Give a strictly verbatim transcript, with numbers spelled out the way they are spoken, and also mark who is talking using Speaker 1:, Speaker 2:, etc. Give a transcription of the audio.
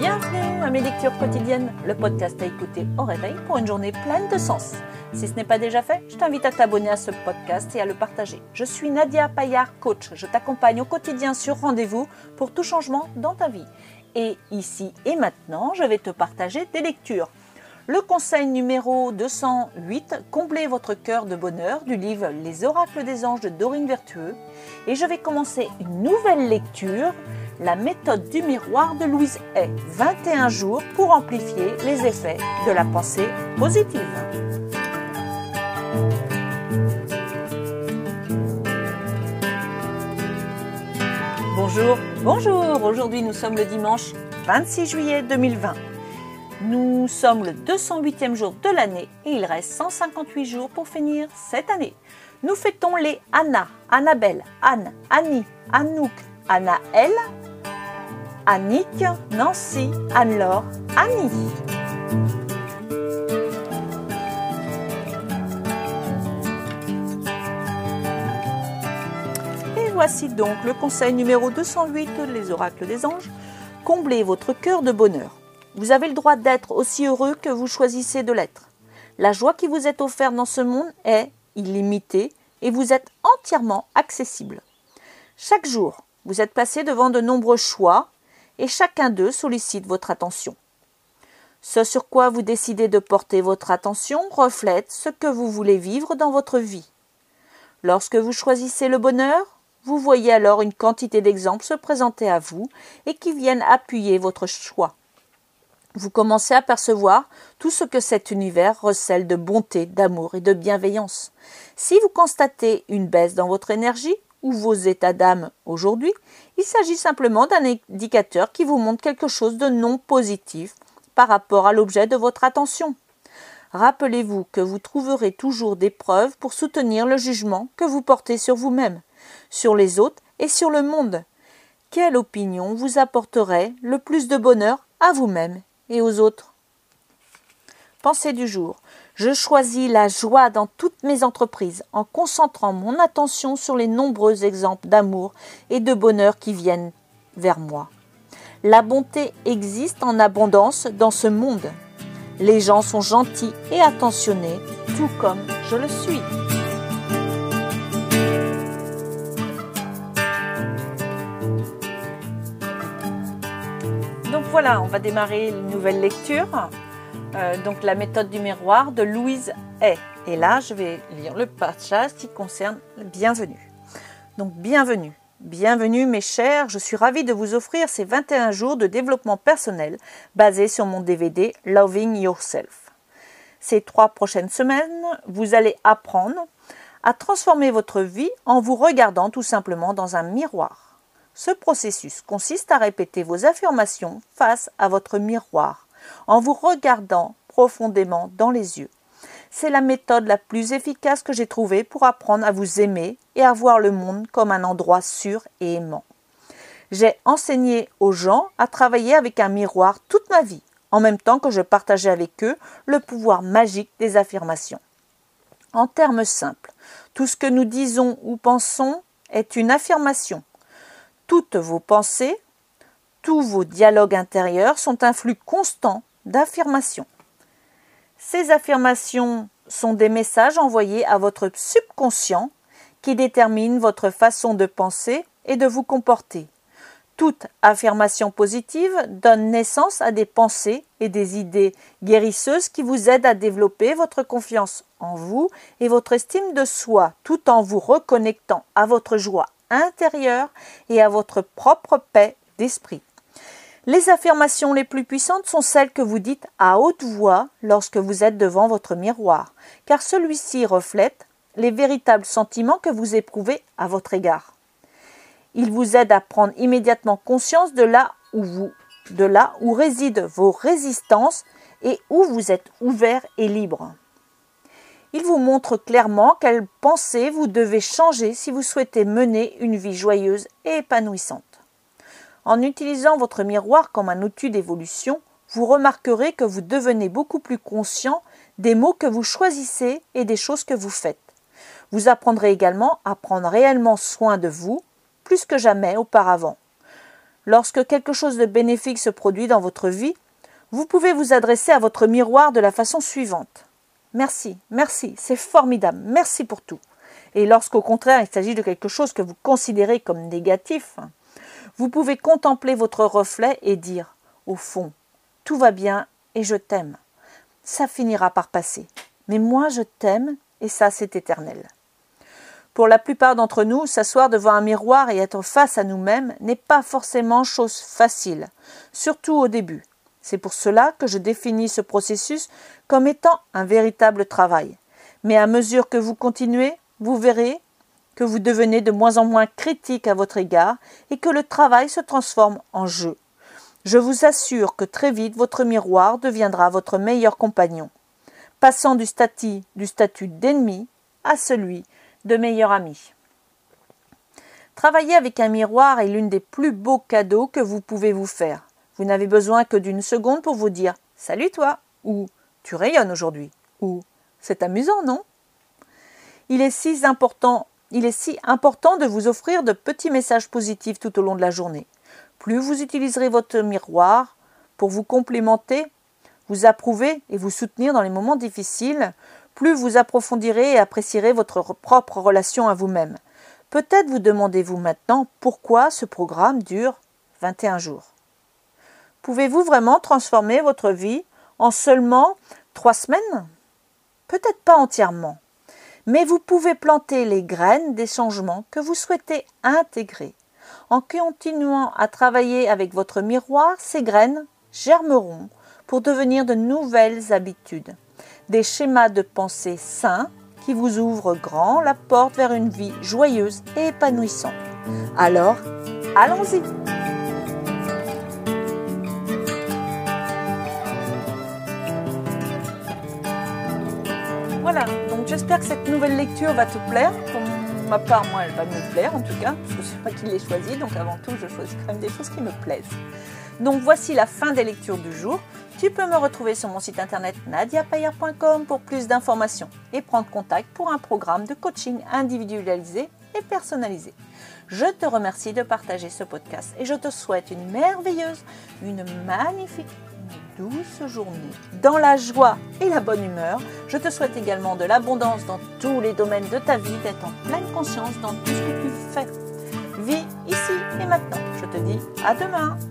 Speaker 1: Bienvenue à mes lectures quotidiennes, le podcast à écouter au réveil pour une journée pleine de sens. Si ce n'est pas déjà fait, je t'invite à t'abonner à ce podcast et à le partager. Je suis Nadia Payard, coach. Je t'accompagne au quotidien sur rendez-vous pour tout changement dans ta vie. Et ici et maintenant, je vais te partager des lectures. Le conseil numéro deux cent huit, comblez votre cœur de bonheur, du livre Les oracles des anges de Dorine Vertueux. Et je vais commencer une nouvelle lecture, la méthode du miroir de Louise Hay, vingt et un jours pour amplifier les effets de la pensée positive. Bonjour, bonjour, aujourd'hui nous sommes le dimanche vingt-six juillet deux mille vingt. Nous sommes le deux cent huitième jour de l'année et il reste cent cinquante-huit jours pour finir cette année. Nous fêtons les Anna, Annabelle, Anne, Annie, Anouk, Anaël, Annick, Nancy, Anne-Laure, Annie. Et voici donc le conseil numéro deux cent huit, les oracles des anges. Comblez votre cœur de bonheur. Vous avez le droit d'être aussi heureux que vous choisissez de l'être. La joie qui vous est offerte dans ce monde est illimitée et vous êtes entièrement accessible. Chaque jour, vous êtes placé devant de nombreux choix et chacun d'eux sollicite votre attention. Ce sur quoi vous décidez de porter votre attention reflète ce que vous voulez vivre dans votre vie. Lorsque vous choisissez le bonheur, vous voyez alors une quantité d'exemples se présenter à vous et qui viennent appuyer votre choix. Vous commencez à percevoir tout ce que cet univers recèle de bonté, d'amour et de bienveillance. Si vous constatez une baisse dans votre énergie ou vos états d'âme aujourd'hui, il s'agit simplement d'un indicateur qui vous montre quelque chose de non positif par rapport à l'objet de votre attention. Rappelez-vous que vous trouverez toujours des preuves pour soutenir le jugement que vous portez sur vous-même, sur les autres et sur le monde. Quelle opinion vous apporterait le plus de bonheur à vous-même et aux autres? Pensée du jour. Je choisis la joie dans toutes mes entreprises en concentrant mon attention sur les nombreux exemples d'amour et de bonheur qui viennent vers moi. La bonté existe en abondance dans ce monde. Les gens sont gentils et attentionnés, tout comme je le suis. Donc voilà, on va démarrer une nouvelle lecture. Euh, donc la méthode du miroir de Louise Hay. Et là, je vais lire le passage qui concerne le bienvenue. Donc bienvenue, bienvenue mes chers, je suis ravie de vous offrir ces vingt et un jours de développement personnel basés sur mon D V D Loving Yourself. Ces trois prochaines semaines, vous allez apprendre à transformer votre vie en vous regardant tout simplement dans un miroir. Ce processus consiste à répéter vos affirmations face à votre miroir, en vous regardant profondément dans les yeux. C'est la méthode la plus efficace que j'ai trouvée pour apprendre à vous aimer et à voir le monde comme un endroit sûr et aimant. J'ai enseigné aux gens à travailler avec un miroir toute ma vie, en même temps que je partageais avec eux le pouvoir magique des affirmations. En termes simples, tout ce que nous disons ou pensons est une affirmation. Toutes vos pensées, tous vos dialogues intérieurs sont un flux constant d'affirmations. Ces affirmations sont des messages envoyés à votre subconscient qui déterminent votre façon de penser et de vous comporter. Toute affirmation positive donne naissance à des pensées et des idées guérisseuses qui vous aident à développer votre confiance en vous et votre estime de soi, tout en vous reconnectant à votre joie intérieure et à votre propre paix d'esprit. Les affirmations les plus puissantes sont celles que vous dites à haute voix lorsque vous êtes devant votre miroir, car celui-ci reflète les véritables sentiments que vous éprouvez à votre égard. Il vous aide à prendre immédiatement conscience de là où vous, de là où résident vos résistances et où vous êtes ouvert et libre. Il vous montre clairement quelles pensées vous devez changer si vous souhaitez mener une vie joyeuse et épanouissante. En utilisant votre miroir comme un outil d'évolution, vous remarquerez que vous devenez beaucoup plus conscient des mots que vous choisissez et des choses que vous faites. Vous apprendrez également à prendre réellement soin de vous, plus que jamais auparavant. Lorsque quelque chose de bénéfique se produit dans votre vie, vous pouvez vous adresser à votre miroir de la façon suivante. Merci, merci, c'est formidable, merci pour tout. Et lorsqu'au contraire il s'agit de quelque chose que vous considérez comme négatif, vous pouvez contempler votre reflet et dire « Au fond, tout va bien et je t'aime. Ça finira par passer. Mais moi je t'aime et ça c'est éternel. » Pour la plupart d'entre nous, s'asseoir devant un miroir et être face à nous-mêmes n'est pas forcément chose facile, surtout au début. C'est pour cela que je définis ce processus comme étant un véritable travail. Mais à mesure que vous continuez, vous verrez que vous devenez de moins en moins critique à votre égard et que le travail se transforme en jeu. Je vous assure que très vite, votre miroir deviendra votre meilleur compagnon, passant du statut, du statut d'ennemi à celui de meilleur ami. Travailler avec un miroir est l'une des plus beaux cadeaux que vous pouvez vous faire. Vous n'avez besoin que d'une seconde pour vous dire « Salut toi » ou « Tu rayonnes aujourd'hui » ou « C'est amusant, non ?» Il est si important, il est si important de vous offrir de petits messages positifs tout au long de la journée. Plus vous utiliserez votre miroir pour vous complémenter, vous approuver et vous soutenir dans les moments difficiles, plus vous approfondirez et apprécierez votre propre relation à vous-même. Peut-être vous demandez-vous maintenant pourquoi ce programme dure vingt et un jours. Pouvez-vous vraiment transformer votre vie en seulement trois semaines? Peut-être pas entièrement, mais vous pouvez planter les graines des changements que vous souhaitez intégrer. En continuant à travailler avec votre miroir, ces graines germeront pour devenir de nouvelles habitudes. Des schémas de pensée sains qui vous ouvrent grand la porte vers une vie joyeuse et épanouissante. Alors, allons-y! Voilà, donc j'espère que cette nouvelle lecture va te plaire. Pour ma part, moi, elle va me plaire en tout cas, parce que c'est moi qui l'ai choisie, donc avant tout, je choisis quand même des choses qui me plaisent. Donc voici la fin des lectures du jour. Tu peux me retrouver sur mon site internet nadia paillard point com pour plus d'informations et prendre contact pour un programme de coaching individualisé et personnalisé. Je te remercie de partager ce podcast et je te souhaite une merveilleuse, une magnifique, une douce journée. Dans la joie et la bonne humeur, je te souhaite également de l'abondance dans tous les domaines de ta vie, d'être en pleine conscience dans tout ce que tu fais. Vis ici et maintenant. Je te dis à demain.